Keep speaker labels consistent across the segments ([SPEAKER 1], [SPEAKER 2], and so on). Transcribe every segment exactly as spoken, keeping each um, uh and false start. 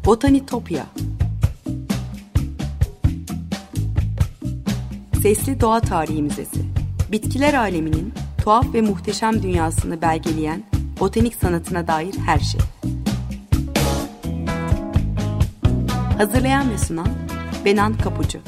[SPEAKER 1] Botanitopya. Sesli Doğa Tarihi Müzesi. Bitkiler aleminin tuhaf ve muhteşem dünyasını belgeleyen botanik sanatına dair her şey. Hazırlayan ve sunan Benan Kapucu.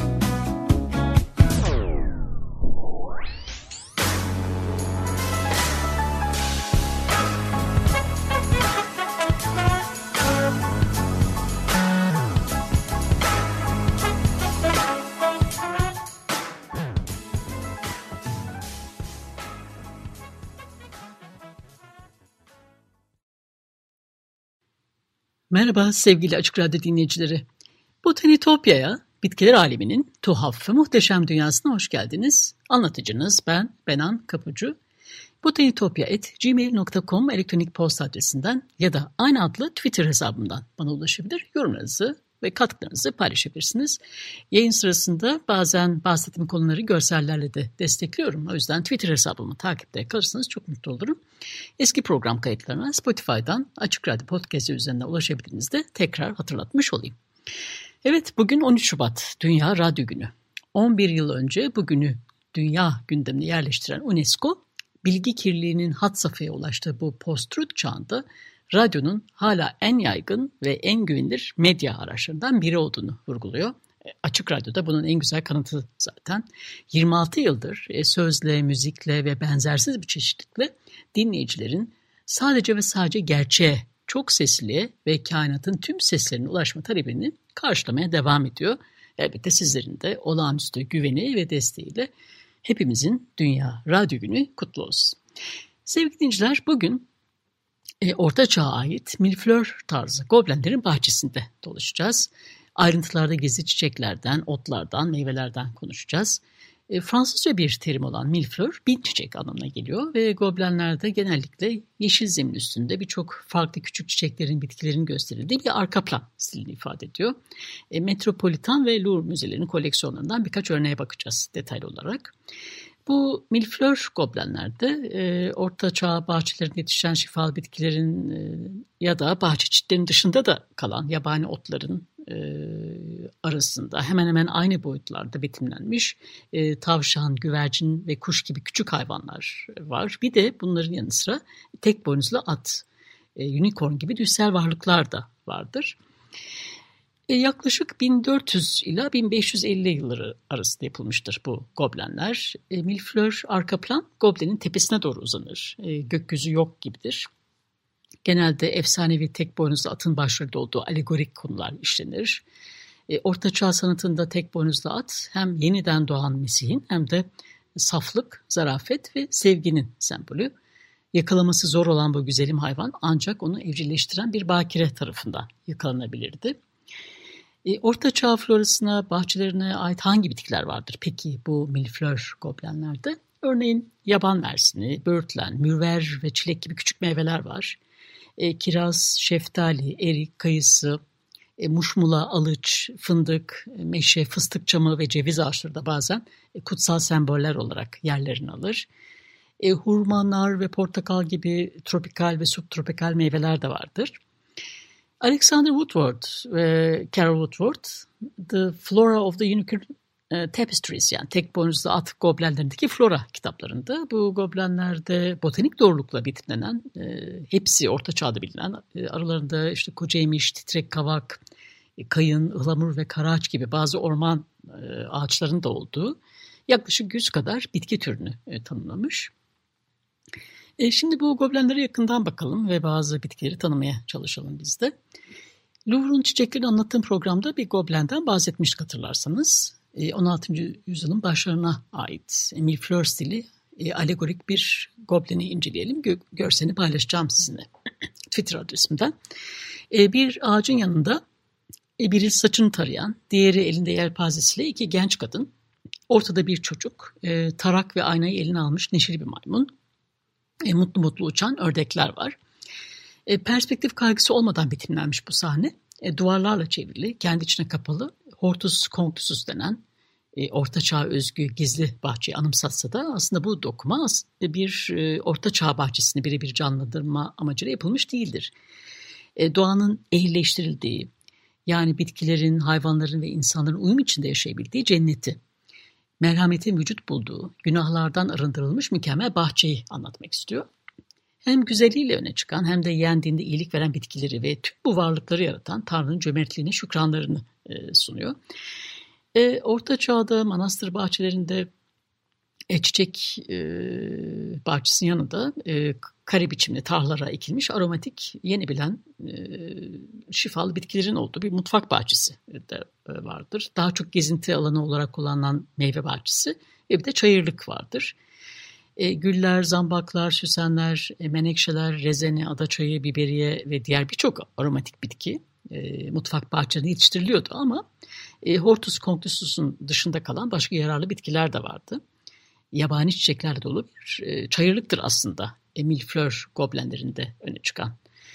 [SPEAKER 2] Merhaba sevgili Açık Radyo dinleyicileri. Botanitopya'ya, bitkiler aleminin tuhaf ve muhteşem dünyasına hoş geldiniz. Anlatıcınız ben Benan Kapucu. botanitopya at gmail nokta com elektronik posta adresinden ya da aynı adlı Twitter hesabımdan bana ulaşabilir. Yorumlarınızı ve katkılarınızı paylaşabilirsiniz. Yayın sırasında bazen bahsettiğim konuları görsellerle de destekliyorum. O yüzden Twitter hesabımı takipte kalırsanız çok mutlu olurum. Eski program kayıtlarına Spotify'dan Açık Radyo Podcast üzerinden ulaşabildiğinizde tekrar hatırlatmış olayım. Evet, bugün on üç Şubat Dünya Radyo Günü. on bir yıl önce bugünü dünya gündemine yerleştiren UNESCO, bilgi kirliliğinin had safhaya ulaştığı bu post-truth çağında radyonun hala en yaygın ve en güvenilir medya araçlarından biri olduğunu vurguluyor. Açık Radyo'da bunun en güzel kanıtı zaten. yirmi altı yıldır sözle, müzikle ve benzersiz bir çeşitlilikle dinleyicilerin sadece ve sadece gerçeğe, çok sesliye ve kainatın tüm seslerine ulaşma talebini karşılamaya devam ediyor. Elbette sizlerin de olağanüstü güveni ve desteğiyle hepimizin Dünya Radyo Günü kutlu olsun. Sevgili dinleyiciler, bugün E, Orta Çağ'a ait milflör tarzı goblenlerin bahçesinde dolaşacağız. Ayrıntılarda gizli çiçeklerden, otlardan, meyvelerden konuşacağız. E, Fransızca bir terim olan milflör, bin çiçek anlamına geliyor ve goblenlerde genellikle yeşil zemin üstünde birçok farklı küçük çiçeklerin, bitkilerin gösterildiği bir arka plan stilini ifade ediyor. E, Metropolitan ve Louvre müzelerinin koleksiyonlarından birkaç örneğe bakacağız detaylı olarak. Bu milflör goblenlerde e, Orta Çağ bahçelerinde yetişen şifalı bitkilerin e, ya da bahçe çitlerinin dışında da kalan yabani otların e, arasında hemen hemen aynı boyutlarda betimlenmiş e, tavşan, güvercin ve kuş gibi küçük hayvanlar var. Bir de bunların yanı sıra tek boynuzlu at, e, unicorn gibi düzsel varlıklar da vardır. E, yaklaşık bin dört yüz ila bin beş yüz elli yılları arasında yapılmıştır bu goblenler. E, milflör arka plan goblenin tepesine doğru uzanır. E, gökyüzü yok gibidir. Genelde efsanevi tek boynuzlu atın başrolde olduğu alegorik konular işlenir. E, Orta Çağ sanatında tek boynuzlu at hem yeniden doğan Mesih'in hem de saflık, zarafet ve sevginin sembolü. Yakalaması zor olan bu güzelim hayvan ancak onu evcilleştiren bir bakire tarafından yakalanabilirdi. Orta Çağ florasına, bahçelerine ait hangi bitkiler vardır peki bu milflör goblenlerde? Örneğin yaban mersini, böğürtlen, mürver ve çilek gibi küçük meyveler var. E, kiraz, şeftali, erik, kayısı, e, muşmula, alıç, fındık, meşe, fıstık çamı ve ceviz ağaçları da bazen e, kutsal semboller olarak yerlerini alır. E, hurma, nar ve portakal gibi tropikal ve subtropikal meyveler de vardır. Alexander Woodward ve Carol Woodward, The Flora of the Unicorn Tapestries, yani tek boynuzlu at goblenlerindeki flora kitaplarında bu goblenlerde botanik doğrulukla betimlenen, e, hepsi Orta Çağ'da bilinen, e, aralarında işte kocaymış, titrek kavak, e, kayın, ıhlamur ve karaağaç gibi bazı orman e, ağaçlarının da olduğu yaklaşık yüz kadar bitki türünü e, tanımlamış. E şimdi bu goblenlere yakından bakalım ve bazı bitkileri tanımaya çalışalım biz de. Louvre'un çiçeklerini anlattığım programda bir goblenden bahsetmiştik hatırlarsanız. E, on altıncı yüzyılın başlarına ait e, milflör stili e, alegorik bir gobleni inceleyelim. Gö- görselini paylaşacağım sizinle Twitter adresimden. E, bir ağacın yanında e, biri saçını tarayan, diğeri elinde yelpazesiyle iki genç kadın. Ortada bir çocuk, e, tarak ve aynayı eline almış neşeli bir maymun. E, mutlu mutlu uçan ördekler var. E, perspektif kaygısı olmadan betimlenmiş bu sahne. E, duvarlarla çevrili, kendi içine kapalı, hortus conclusus denen e, Orta Çağ özgü gizli bahçeyi anımsatsa da aslında bu dokuma aslında bir e, Orta Çağ bahçesini birebir canlandırma amacıyla yapılmış değildir. E, doğanın ehlileştirildiği, Yani bitkilerin, hayvanların ve insanların uyum içinde yaşayabildiği cenneti, merhametin vücut bulduğu, günahlardan arındırılmış mükemmel bahçeyi anlatmak istiyor. Hem güzelliğiyle öne çıkan hem de yendiğinde iyilik veren bitkileri ve tüm bu varlıkları yaratan Tanrı'nın cömertliğine şükranlarını e, sunuyor. E, Orta Çağ'da manastır bahçelerinde e, çiçek e, bahçesinin yanında e, kare biçimli tarlalara ekilmiş aromatik yenebilen e, şifalı bitkilerin olduğu bir mutfak bahçesi de e, vardır. Daha çok gezinti alanı olarak kullanılan meyve bahçesi ve bir de çayırlık vardır. E, güller, zambaklar, süsenler, e, menekşeler, rezene, adaçayı, biberiye ve diğer birçok aromatik bitki e, mutfak bahçelerinde yetiştiriliyordu ama e, Hortus conclusus'un dışında kalan başka yararlı bitkiler de vardı. Yabani çiçeklerle dolu bir e, çayırlıktır aslında Emile Fleur goblenlerinde öne çıkan.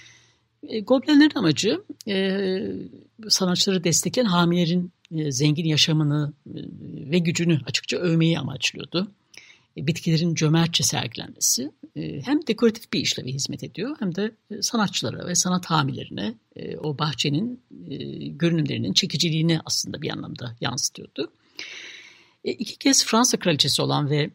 [SPEAKER 2] E, goblenlerin amacı e, sanatçıları destekleyen hamilerin e, zengin yaşamını e, ve gücünü açıkça övmeyi amaçlıyordu. E, bitkilerin cömertçe sergilenmesi e, hem dekoratif bir işleve hizmet ediyor hem de e, sanatçılara ve sanat hamilerine e, o bahçenin e, görünümlerinin çekiciliğini aslında bir anlamda yansıtıyordu. E, iki kez Fransa kraliçesi olan ve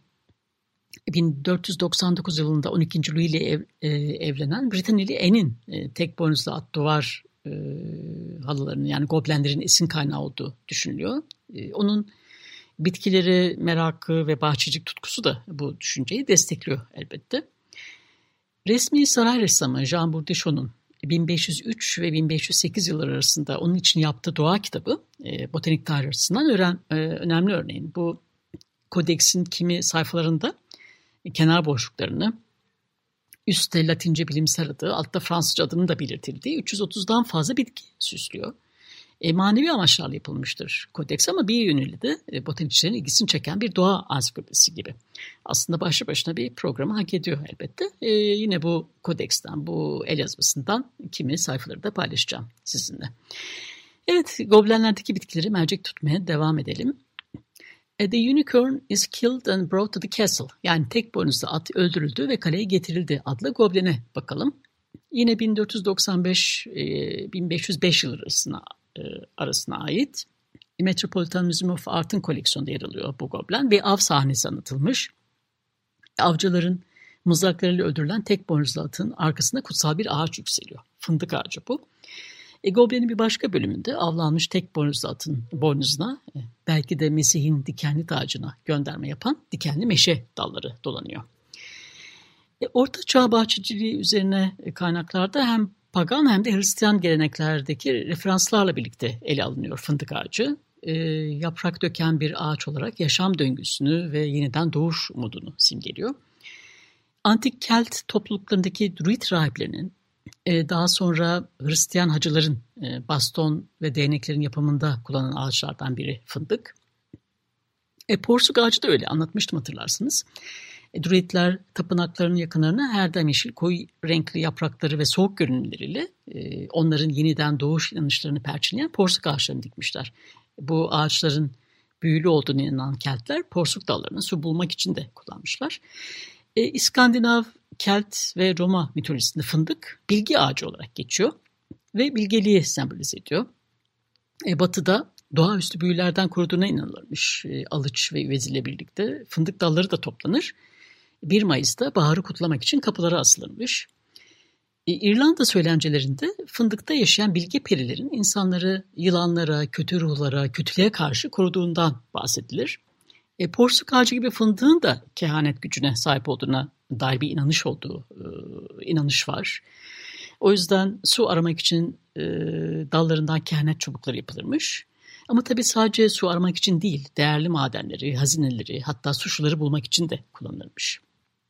[SPEAKER 2] bin dört yüz doksan dokuz yılında on ikinci Louis ile ev, e, evlenen Britanyalı Anne'in e, tek boynuzlu at duvar e, halılarının yani goblenlerin esin kaynağı olduğu düşünülüyor. E, onun bitkileri merakı ve bahçecilik tutkusu da bu düşünceyi destekliyor elbette. Resmi saray ressamı Jean Bourdichon'un bin beş yüz üç ve bin beş yüz sekiz yılları arasında onun için yaptığı doğa kitabı e, botanik tarih açısından öğren, e, önemli örneğin. Bu kodeksin kimi sayfalarında e, kenar boşluklarını, üstte Latince bilimsel adı, altta Fransızca adının da belirtildiği üç yüz otuzdan fazla bitki süslüyor. E, manevi amaçlarla yapılmıştır kodeks ama bir yönüyle de e, botanikçilerin ilgisini çeken bir doğa ansiklopedisi gibi. Aslında başlı başına bir programı hak ediyor elbette. E, yine bu kodeksten, bu el yazmasından kimi sayfaları da paylaşacağım sizinle. Evet, goblenlerdeki bitkileri mercek tutmaya devam edelim. The unicorn is killed and brought to the castle. Yani tek boynuzlu at öldürüldü ve kaleye getirildi adlı goblene bakalım. Yine bin dört yüz doksan beş bin beş yüz beş yılları arasına arasına ait Metropolitan Museum of Art'ın koleksiyonunda yer alıyor bu goblen ve av sahnesi anlatılmış. Avcıların mızraklarıyla öldürülen tek boynuzlu atın arkasında kutsal bir ağaç yükseliyor. Fındık ağacı bu. E, goblenin bir başka bölümünde avlanmış tek boynuzlu atın boynuzuna e, belki de Mesih'in dikenli tacına gönderme yapan dikenli meşe dalları dolanıyor. E, Orta Çağ bahçeciliği üzerine kaynaklarda hem pagan hem de Hristiyan geleneklerdeki referanslarla birlikte ele alınıyor fındık ağacı. E, yaprak döken bir ağaç olarak yaşam döngüsünü ve yeniden doğuş umudunu simgeliyor. Antik Kelt topluluklarındaki Druid rahiplerinin e, daha sonra Hristiyan hacıların e, baston ve değneklerin yapımında kullanılan ağaçlardan biri fındık. E, porsuk ağacı da öyle anlatmıştım hatırlarsınız. E, Druidler tapınaklarının yakınlarına herdem yeşil koyu renkli yaprakları ve soğuk görünümleriyle e, onların yeniden doğuş inanışlarını perçinleyen porsuk ağaçlarını dikmişler. Bu ağaçların büyülü olduğunu inanan Keltler porsuk dallarını su bulmak için de kullanmışlar. E, İskandinav, Kelt ve Roma mitolojisinde fındık bilgi ağacı olarak geçiyor ve bilgeliği sembolize ediyor. E, batı'da doğaüstü büyülerden koruduğuna inanılırmış. E, alıç ve üveziyle birlikte fındık dalları da toplanır. bir Mayıs'ta baharı kutlamak için kapılara asılırmış. E, İrlanda söylencelerinde fındıkta yaşayan bilge perilerin insanları yılanlara, kötü ruhlara, kötülüğe karşı koruduğundan bahsedilir. E, porsuk ağacı gibi fındığın da kehanet gücüne sahip olduğuna dair bir inanış olduğu e, inanış var. O yüzden su aramak için e, dallarından kehanet çubukları yapılırmış. Ama tabii sadece su aramak için değil, değerli madenleri, hazineleri, hatta suçluları bulmak için de kullanılırmış.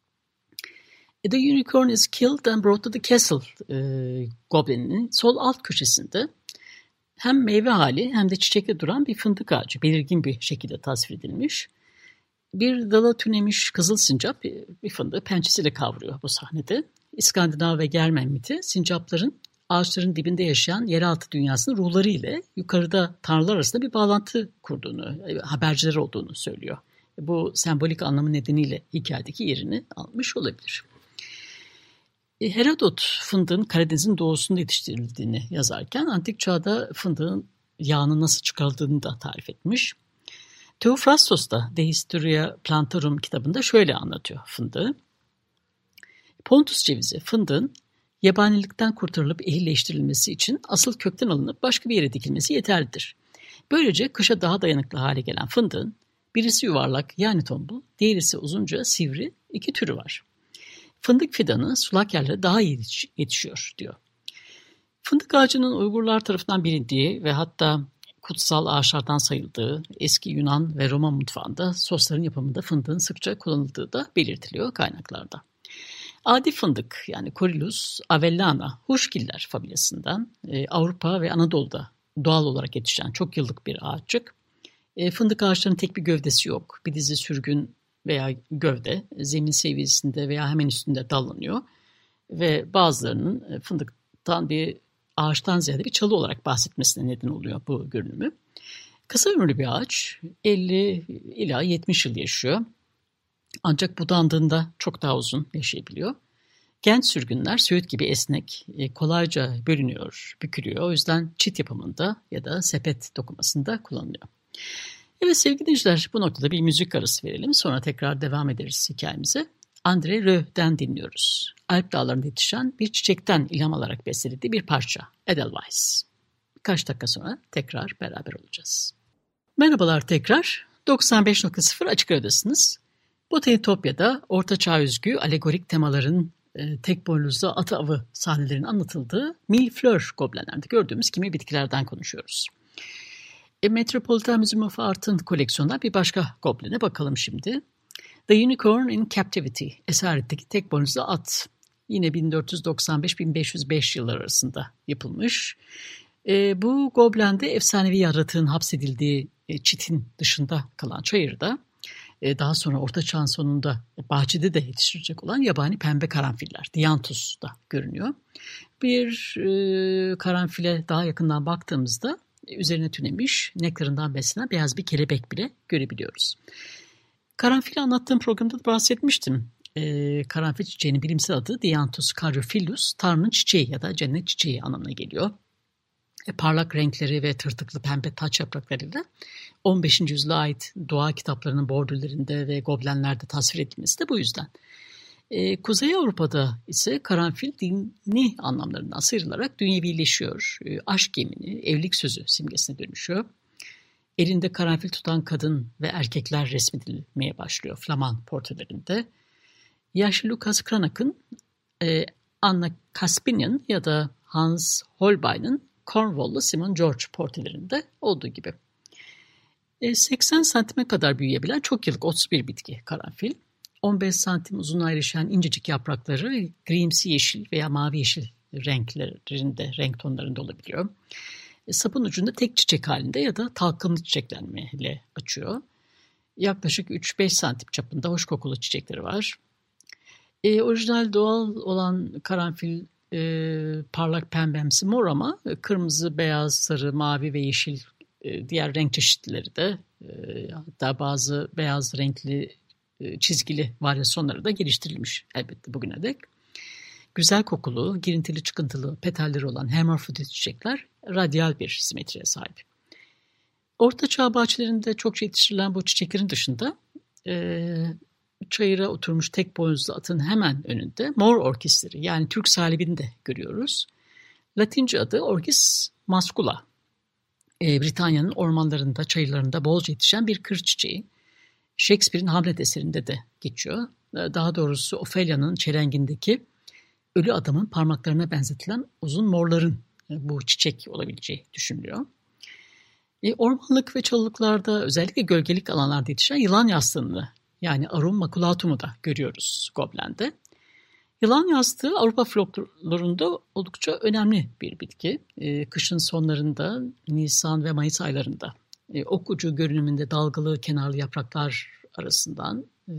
[SPEAKER 2] The unicorn is killed and brought to the castle e, gobleninin sol alt köşesinde hem meyve hali hem de çiçekle duran bir fındık ağacı belirgin bir şekilde tasvir edilmiş. Bir dala tünemiş kızıl sincap bir fındığı pençesiyle kavruyor bu sahnede. İskandinav ve Germen miti sincapların ağaçların dibinde yaşayan yeraltı dünyasının ruhları ile yukarıda tanrılar arasında bir bağlantı kurduğunu, haberciler olduğunu söylüyor. Bu sembolik anlamı nedeniyle hikayedeki yerini almış olabilir. Herodot fındığın Karadeniz'in doğusunda yetiştirildiğini yazarken antik çağda fındığın yağının nasıl çıkarıldığını da tarif etmiş. Theophrastos da De Historia Plantarum kitabında şöyle anlatıyor fındığı. Pontus cevizi fındığın yabanilikten kurtarılıp ehilleştirilmesi için asıl kökten alınıp başka bir yere dikilmesi yeterlidir. Böylece kışa daha dayanıklı hale gelen fındığın birisi yuvarlak yani tombul, diğeri ise uzunca sivri iki türü var. Fındık fidanı sulak yerlere daha iyi yetişiyor diyor. Fındık ağacının Uygurlar tarafından bilindiği ve hatta kutsal ağaçlardan sayıldığı eski Yunan ve Roma mutfağında sosların yapımında fındığın sıkça kullanıldığı da belirtiliyor kaynaklarda. Adi fındık yani Corylus avellana, huşgiller familyasından e, Avrupa ve Anadolu'da doğal olarak yetişen çok yıllık bir ağaççık. E, fındık ağaçlarının tek bir gövdesi yok. Bir dizi sürgün veya gövde zemin seviyesinde veya hemen üstünde dallanıyor. Ve bazılarının fındıktan bir ağaçtan ziyade bir çalı olarak bahsetmesine neden oluyor bu görünümü. Kısa ömürlü bir ağaç elli ila yetmiş yıl yaşıyor. Ancak budandığında çok daha uzun yaşayabiliyor. Genç sürgünler söğüt gibi esnek, kolayca bölünüyor, bükülüyor. O yüzden çit yapımında ya da sepet dokumasında kullanılıyor. Evet sevgili dinleyiciler, bu noktada bir müzik arası verelim. Sonra tekrar devam ederiz hikayemize. André Rieu'den dinliyoruz. Alp dağlarında yetişen bir çiçekten ilham alarak bestelediği bir parça. Edelweiss. Birkaç dakika sonra tekrar beraber olacağız. Merhabalar tekrar. doksan beş nokta sıfır Açık Radyo'dasınız. Botanitopya'da Orta Çağ özgü alegorik temaların e, tek boynuzlu atı avı sahnelerinin anlatıldığı Millefleur goblenlerde gördüğümüz kimi bitkilerden konuşuyoruz. E, Metropolitan Museum of Art'ın koleksiyonundan bir başka goblene bakalım şimdi. The Unicorn in Captivity, esaretteki tek boynuzlu at. Yine bin dört yüz doksan beş bin beş yüz beş yıllar arasında yapılmış. E, bu goblende efsanevi yaratığın hapsedildiği e, çitin dışında kalan çayırda, e, daha sonra Orta Çağ'ın sonunda bahçede de yetiştirecek olan yabani pembe karanfiller, Dianthus da görünüyor. Bir e, karanfile daha yakından baktığımızda e, üzerine tünemiş, nektarından beslenen beyaz bir kelebek bile görebiliyoruz. Karanfili anlattığım programda da bahsetmiştim. Ee, karanfil çiçeğinin bilimsel adı Dianthus caryophyllus, Tanrı'nın çiçeği ya da cennet çiçeği anlamına geliyor. E, parlak renkleri ve tırtıklı pembe taç yapraklarıyla on beşinci yüzyıla ait doğa kitaplarının bordürlerinde ve goblenlerde tasvir edilmesi de bu yüzden. E, Kuzey Avrupa'da ise karanfil dini anlamlarından sıyrılarak dünyevileşiyor. E, aşk yemini, evlilik sözü simgesine dönüşüyor. Elinde karanfil tutan kadın ve erkekler resmedilmeye başlıyor Flaman portrelerinde. Yaşlı Lucas Cranach'ın e, Anna Caspinian ya da Hans Holbein'in Cornwall'lu Simon George portrelerinde olduğu gibi. E, seksen santime kadar büyüyebilen çok yıllık otuz bir bitki karanfil. on beş santim uzunluğa erişen incecik yaprakları grimsi yeşil veya mavi yeşil renklerinde, renk tonlarında olabiliyor. Sapın ucunda tek çiçek halinde ya da talkımlı çiçeklenmeyle açıyor. Yaklaşık üç beş santim çapında hoş kokulu çiçekleri var. E, orijinal doğal olan karanfil e, parlak pembemsi mor ama kırmızı, beyaz, sarı, mavi ve yeşil e, diğer renk çeşitleri de e, hatta bazı beyaz renkli e, çizgili varyasyonları da geliştirilmiş elbette bugüne dek. Güzel kokulu, girintili çıkıntılı petalleri olan hermafrodit çiçekler radyal bir simetriye sahip. Orta Çağ bahçelerinde çokça yetiştirilen bu çiçeklerin dışında e, çayıra oturmuş tek boynuzlu atın hemen önünde mor orkisleri yani Türk salibini de görüyoruz. Latince adı Orchis mascula. E, Britanya'nın ormanlarında, çayırlarında bolca yetişen bir kır çiçeği. Shakespeare'in Hamlet eserinde de geçiyor. Daha doğrusu Ophelia'nın çelengindeki ölü adamın parmaklarına benzetilen uzun morların bu çiçek olabileceği düşünülüyor. E, ormanlık ve çalılıklarda özellikle gölgelik alanlarda yetişen yılan yastığını yani Arum maculatum'u da görüyoruz goblende. Yılan yastığı Avrupa folklorunda oldukça önemli bir bitki. E, kışın sonlarında Nisan ve Mayıs aylarında e, ok ucu görünümünde dalgalı kenarlı yapraklar arasından e,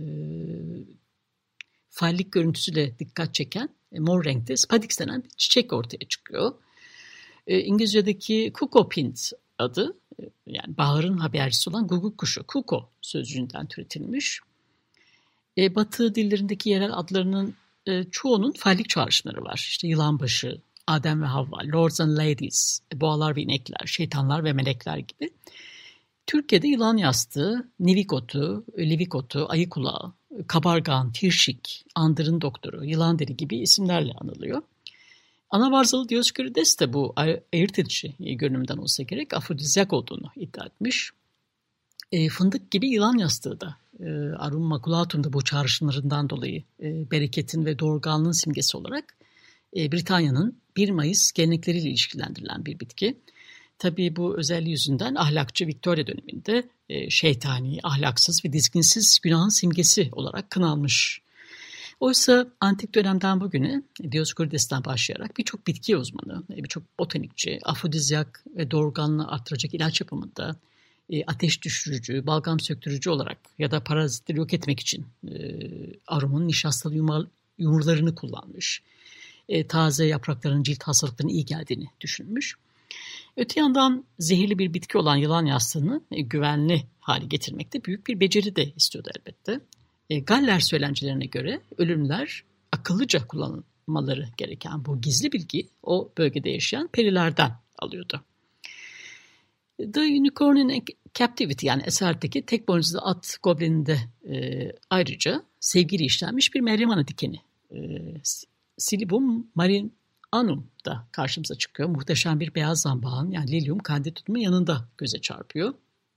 [SPEAKER 2] fallik görüntüsüyle dikkat çeken e, mor renkte spadix denen bir çiçek ortaya çıkıyor. E, İngilizce'deki cuckoo pint adı e, yani baharın habercisi olan guguk kuşu cuckoo sözcüğünden türetilmiş. E, Batı dillerindeki yerel adlarının e, çoğunun fellik çağrışımları var. İşte yılanbaşı, Adem ve Havva, Lords and Ladies, boğalar ve inekler, şeytanlar ve melekler gibi. Türkiye'de yılan yastığı, nevik otu, livik otu, ayı kulağı, kabargan, tirşik, andırın doktoru, yılan deri gibi isimlerle anılıyor. Anavarzalı Dioskurides de bu ayırt edici görünümden olsa gerek afrodizyak olduğunu iddia etmiş. E, fındık gibi yılan yastığı da e, Arum Maculatum'da bu çağrışımlarından dolayı e, bereketin ve doğurganlığın simgesi olarak e, Britanya'nın bir Mayıs gelenekleriyle ilişkilendirilen bir bitki. Tabii bu özelliği yüzünden ahlakçı Victoria döneminde e, şeytani, ahlaksız ve dizginsiz günahın simgesi olarak kınanmış. Oysa antik dönemden bugüne Dioskorides'ten başlayarak birçok bitki uzmanı, birçok botanikçi, afrodizyak ve doğurganlığı arttıracak ilaç yapımında e, ateş düşürücü, balgam söktürücü olarak ya da parazitleri yok etmek için e, arumun nişastalı yumar, yumrularını kullanmış. E, taze yaprakların cilt hastalıklarına iyi geldiğini düşünmüş. Öte yandan zehirli bir bitki olan yılan yastığını e, güvenli hale getirmekte büyük bir beceri de istiyordu elbette. E, Galler söylencelerine göre ölümler akıllıca kullanılmaları gereken bu gizli bilgi o bölgede yaşayan perilerden alıyordu. The Unicorn in Captivity yani eserdeki tek boynuzlu at gobleninde e, ayrıca sevgili işlenmiş bir Meryem Ana dikeni. E, Silibum marinanum da karşımıza çıkıyor. Muhteşem bir beyaz zambağın yani Lilium candidum'un yanında göze çarpıyor.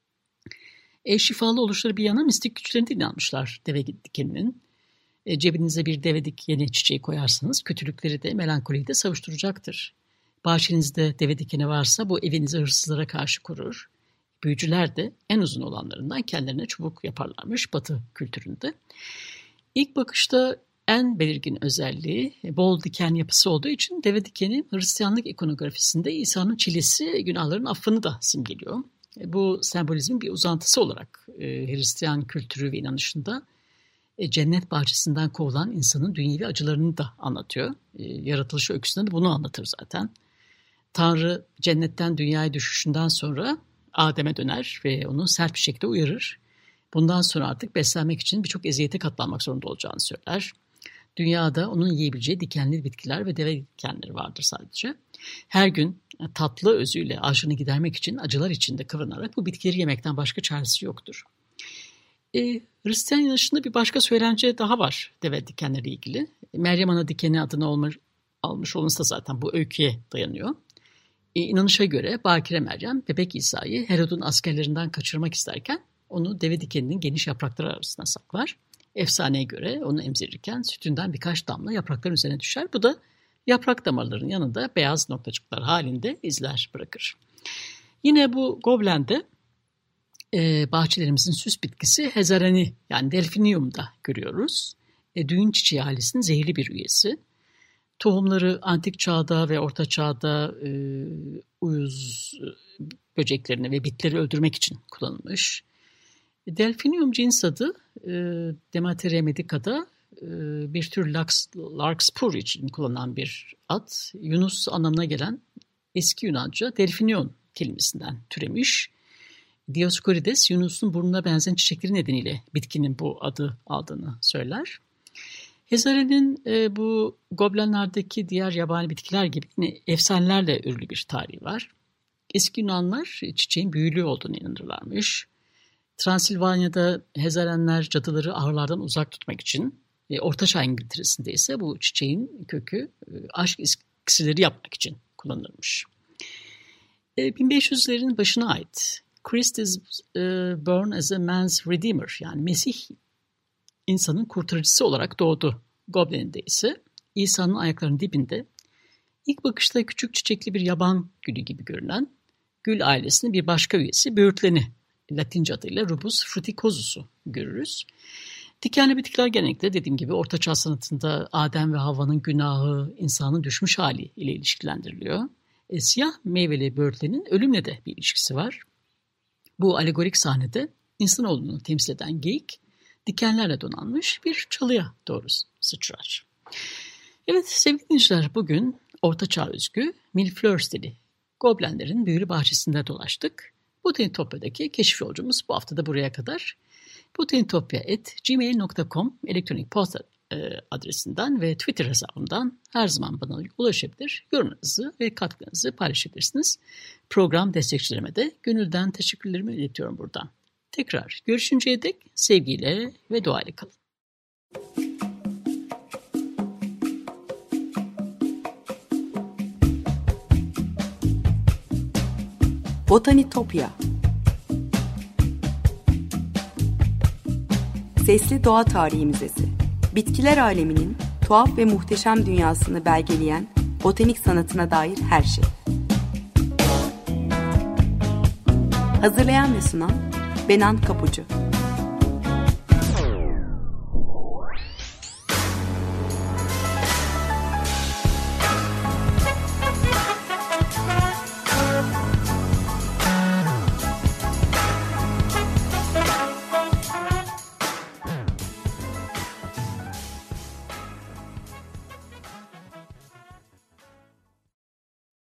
[SPEAKER 2] E, şifalı oluşları bir yana mistik güçlerine de inanmışlar deve dikeninin. E, cebinize bir deve dikeni çiçeği koyarsanız kötülükleri de melankoliyi de savuşturacaktır. Bahçenizde deve dikeni varsa bu evinizi hırsızlara karşı korur. Büyücüler de en uzun olanlarından kendilerine çubuk yaparlarmış Batı kültüründe. İlk bakışta en belirgin özelliği bol diken yapısı olduğu için deve dikeni Hristiyanlık ikonografisinde İsa'nın çilesi günahların affını da simgeliyor. Bu sembolizmin bir uzantısı olarak e, Hristiyan kültürü ve inanışında e, cennet bahçesinden kovulan insanın dünyevi acılarını da anlatıyor. E, yaratılış öyküsünde de bunu anlatır zaten. Tanrı cennetten dünyaya düşüşünden sonra Adem'e döner ve onu sert bir şekilde uyarır. Bundan sonra artık beslenmek için birçok eziyete katlanmak zorunda olacağını söyler. Dünyada onun yiyebileceği dikenli bitkiler ve deve dikenleri vardır sadece. Her gün tatlı özüyle açlığını gidermek için acılar içinde kıvranarak bu bitkileri yemekten başka çaresi yoktur. E, Hristiyan inanışında bir başka söylence daha var deve dikenleri ilgili. Meryem Ana dikeni adını olmuş, almış olması da zaten bu öyküye dayanıyor. E, inanışa göre Bakire Meryem bebek İsa'yı Herod'un askerlerinden kaçırmak isterken onu deve dikeninin geniş yaprakları arasına saklar. Efsaneye göre onu emzirirken sütünden birkaç damla yaprakların üzerine düşer. Bu da yaprak damarlarının yanında beyaz noktacıklar halinde izler bırakır. Yine bu goblende e, bahçelerimizin süs bitkisi Hezareni yani Delphinium'da görüyoruz. E, düğün çiçeği ailesinin zehirli bir üyesi. Tohumları antik çağda ve orta çağda e, uyuz böceklerini ve bitleri öldürmek için kullanılmış. Delphinium cins adı e, Demeteria medica'da e, bir tür laks, larkspur için kullanılan bir ad. Yunus anlamına gelen eski Yunanca delfinion kelimesinden türemiş. Dioskurides Yunus'un burnuna benzeyen çiçekleri nedeniyle bitkinin bu adı aldığını söyler. Hezare'nin e, bu goblenlerdeki diğer yabani bitkiler gibi yine efsanelerle örülü bir tarihi var. Eski Yunanlar çiçeğin büyülü olduğunu inanırlarmış. Transilvanya'da Hezarenler cadıları ahırlardan uzak tutmak için, e, Ortaçağ İngiltere'sinde ise bu çiçeğin kökü e, aşk iksirleri yapmak için kullanılmış. E, bin beş yüzlerin başına ait Christ is e, born as a man's redeemer yani Mesih insanın kurtarıcısı olarak doğdu gobleninde ise İsa'nın ayaklarının dibinde ilk bakışta küçük çiçekli bir yaban gülü gibi görünen gül ailesinin bir başka üyesi böğürtleni Latince adıyla Rubus fruticosus'u görürüz. Dikenli bitkiler genellikle dediğim gibi Orta Çağ sanatında Adem ve Havva'nın günahı, insanın düşmüş hali ile ilişkilendiriliyor. E, siyah meyveli böğürtlenin ölümle de bir ilişkisi var. Bu alegorik sahnede insanoğlunu temsil eden geyik dikenlerle donanmış bir çalıya doğru sıçrar. Evet sevgili dinleyiciler bugün Orta Çağ özgü Millefleur stili goblenlerin büyülü bahçesinde dolaştık. Botanitopya'daki keşif yolcumuz bu hafta da buraya kadar. botanitopya at gmail nokta com elektronik posta adresinden ve Twitter hesabımdan her zaman bana ulaşabilir. Yorumlarınızı ve katkılarınızı paylaşabilirsiniz. Program destekçilerime de gönülden teşekkürlerimi iletiyorum buradan. Tekrar görüşünceye dek sevgiyle ve duayla kalın.
[SPEAKER 1] Botanitopya. Sesli Doğa Tarihi Müzesi. Bitkiler aleminin tuhaf ve muhteşem dünyasını belgeleyen botanik sanatına dair her şey. Hazırlayan ve sunan Benan Kapucu.